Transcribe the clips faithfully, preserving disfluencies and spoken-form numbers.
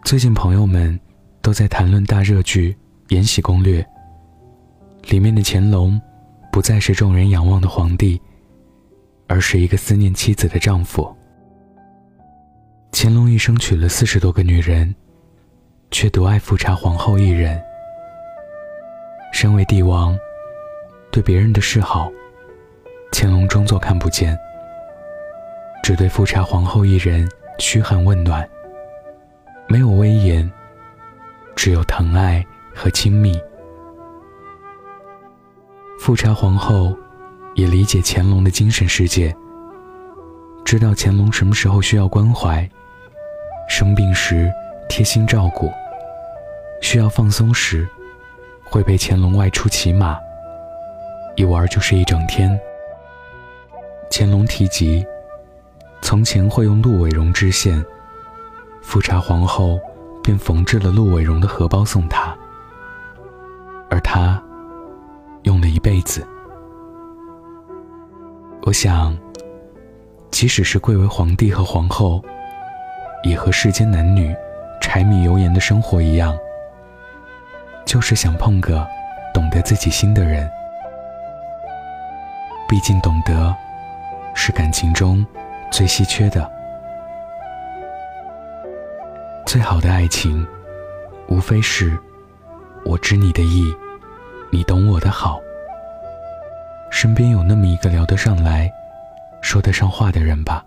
最近朋友们都在谈论大热剧《延禧攻略》，里面的乾隆不再是众人仰望的皇帝，而是一个思念妻子的丈夫。乾隆一生娶了四十多个女人，却独爱富察皇后一人。身为帝王，对别人的示好，乾隆装作看不见，只对富察皇后一人嘘寒问暖，没有威严，只有疼爱和亲密。富察皇后也理解乾隆的精神世界，知道乾隆什么时候需要关怀，生病时贴心照顾，需要放松时会陪乾隆外出骑马，一玩就是一整天。乾隆提及从前会用鹿尾绒织线，富察皇后便缝制了鹿尾绒的荷包送他，而他用了一辈子。我想，即使是贵为皇帝和皇后，也和世间男女柴米油盐的生活一样，就是想碰个懂得自己心的人。毕竟懂得是感情中最稀缺的。最好的爱情无非是我知你的意，你懂我的好，身边有那么一个聊得上来说得上话的人吧。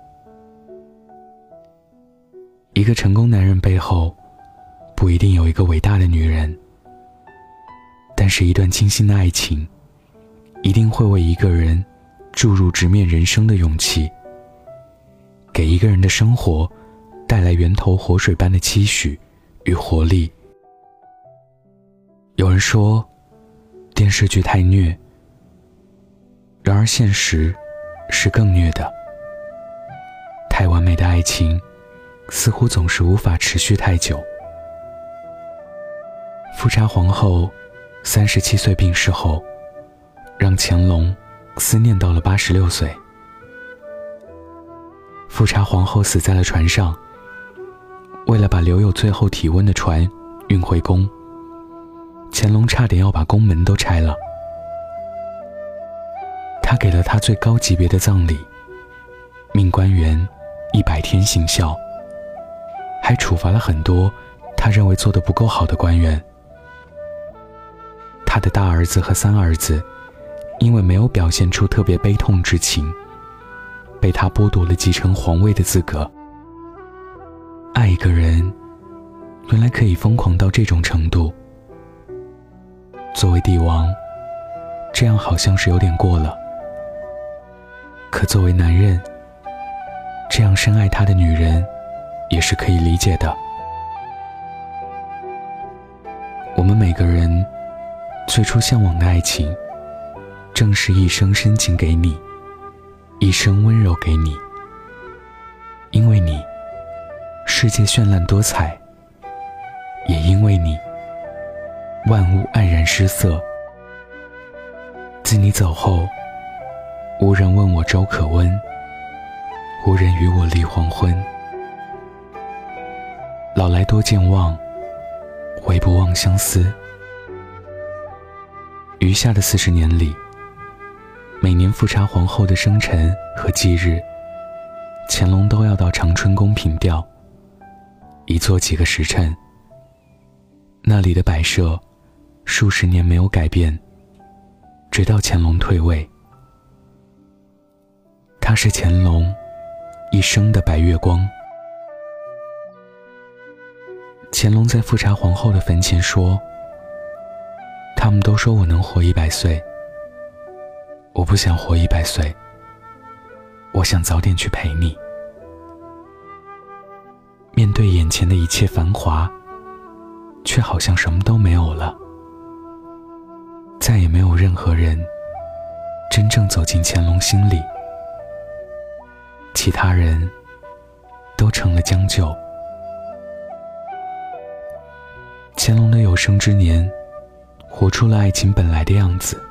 一个成功男人背后不一定有一个伟大的女人，但是一段清新的爱情一定会为一个人注入直面人生的勇气，给一个人的生活带来源头活水般的期许与活力。有人说电视剧太虐，然而现实是更虐的。太完美的爱情似乎总是无法持续太久。富察皇后三十七岁病逝后，让乾隆思念到了八十六岁。富察皇后死在了船上，为了把留有最后体温的船运回宫，乾隆差点要把宫门都拆了。他给了她最高级别的葬礼，命官员一百天行孝，还处罚了很多他认为做得不够好的官员。他的大儿子和三儿子因为没有表现出特别悲痛之情，被他剥夺了继承皇位的资格。爱一个人原来可以疯狂到这种程度。作为帝王，这样好像是有点过了，可作为男人，这样深爱他的女人也是可以理解的。我们每个人最初向往的爱情，正是一生深情给你，一生温柔给你。因为你世界绚烂多彩，也因为你万物黯然失色。自你走后，无人问我粥可温，无人与我立黄昏。老来多健忘，唯不忘相思。余下的四十年里，每年富察皇后的生辰和忌日，乾隆都要到长春宫凭吊，一坐几个时辰。那里的摆设数十年没有改变，直到乾隆退位。它是乾隆一生的白月光。乾隆在富察皇后的坟前说，他们都说我能活一百岁，我不想活一百岁，我想早点去陪你。面对眼前的一切繁华，却好像什么都没有了。再也没有任何人真正走进乾隆心里，其他人都成了将就。乾隆的有生之年，活出了爱情本来的样子。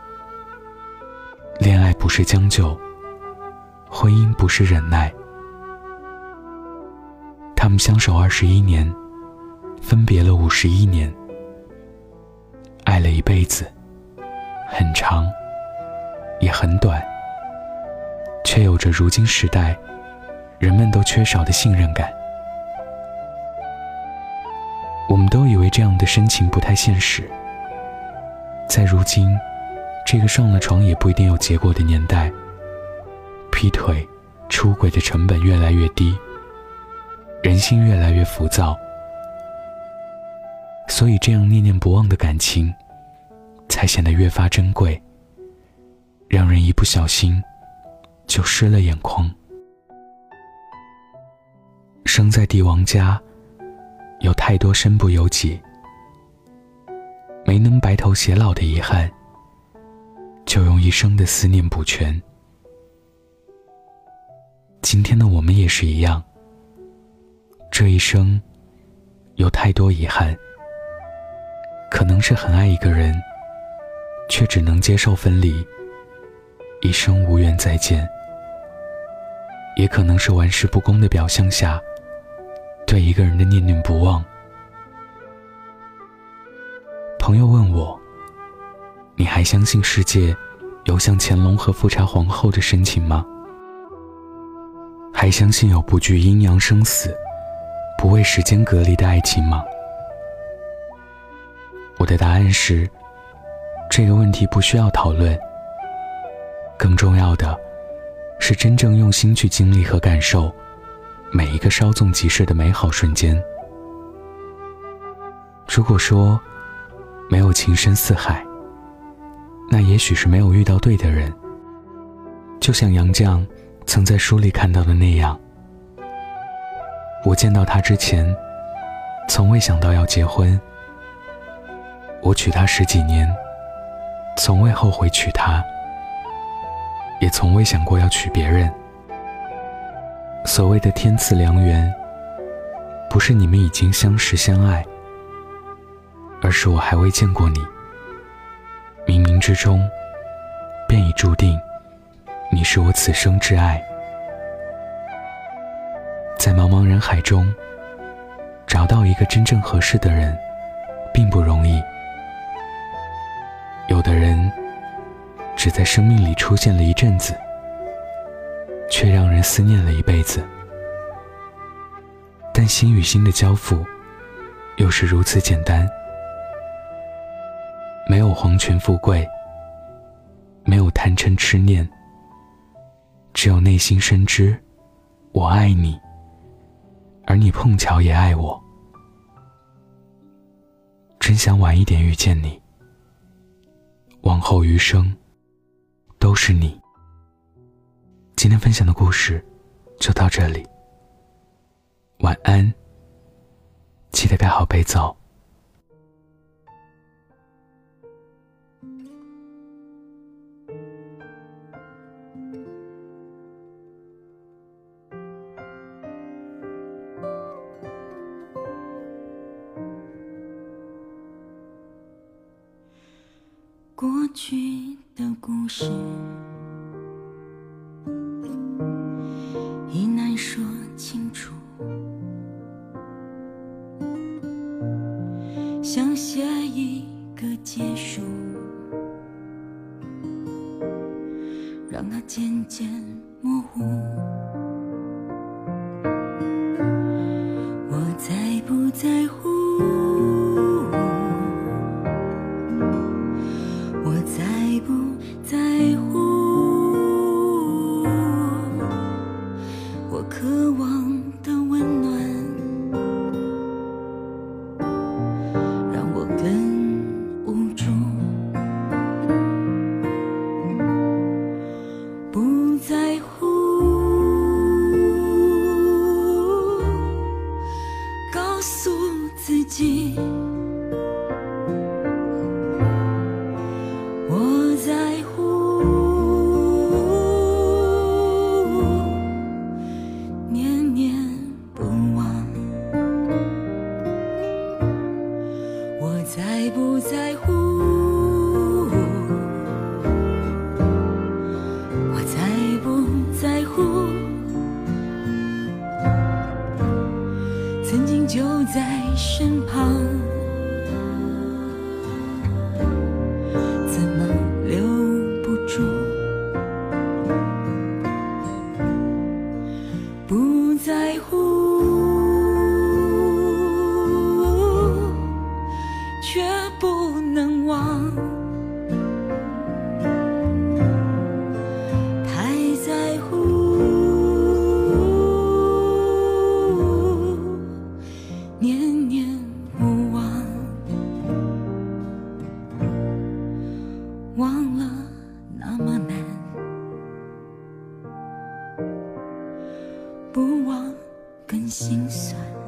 恋爱不是将就，婚姻不是忍耐，他们相守二十一年，分别了五十一年，爱了一辈子，很长，也很短，却有着如今时代人们都缺少的信任感。我们都以为这样的深情不太现实，在如今这个上了床也不一定有结果的年代，劈腿、出轨的成本越来越低，人心越来越浮躁，所以这样念念不忘的感情才显得越发珍贵，让人一不小心就湿了眼眶。生在帝王家，有太多身不由己，没能白头偕老的遗憾，就用一生的思念补全。今天的我们也是一样，这一生有太多遗憾，可能是很爱一个人，却只能接受分离，一生无缘再见，也可能是玩世不恭的表象下对一个人的念念不忘。朋友问我，你还相信世界有像乾隆和富察皇后的深情吗？还相信有不惧阴阳生死，不为时间隔离的爱情吗？我的答案是，这个问题不需要讨论，更重要的是真正用心去经历和感受每一个稍纵即逝的美好瞬间。如果说没有情深似海，那也许是没有遇到对的人。就像杨绛曾在书里看到的那样，我见到他之前从未想到要结婚，我娶她十几年，从未后悔娶她，也从未想过要娶别人。所谓的天赐良缘，不是你们已经相识相爱，而是我还未见过你，冥冥之中便已注定你是我此生挚爱。在茫茫人海中找到一个真正合适的人并不容易，有的人只在生命里出现了一阵子，却让人思念了一辈子。但心与心的交付又是如此简单，没有皇权富贵，没有贪嗔痴念，只有内心深知我爱你，而你碰巧也爱我。真想晚一点遇见你，往后余生都是你。今天分享的故事就到这里，晚安，记得盖好被罩。 过去的故事已难说清楚，想写一个结束，让它渐渐模糊。我在不在乎，我在不在乎，我渴望的温暖让我更无助。不在乎，告诉自己我在乎，念念不就在身旁，怎么留不住？不在乎，却不能忘。太在乎，念念不忘。忘了那么难，不忘更心酸。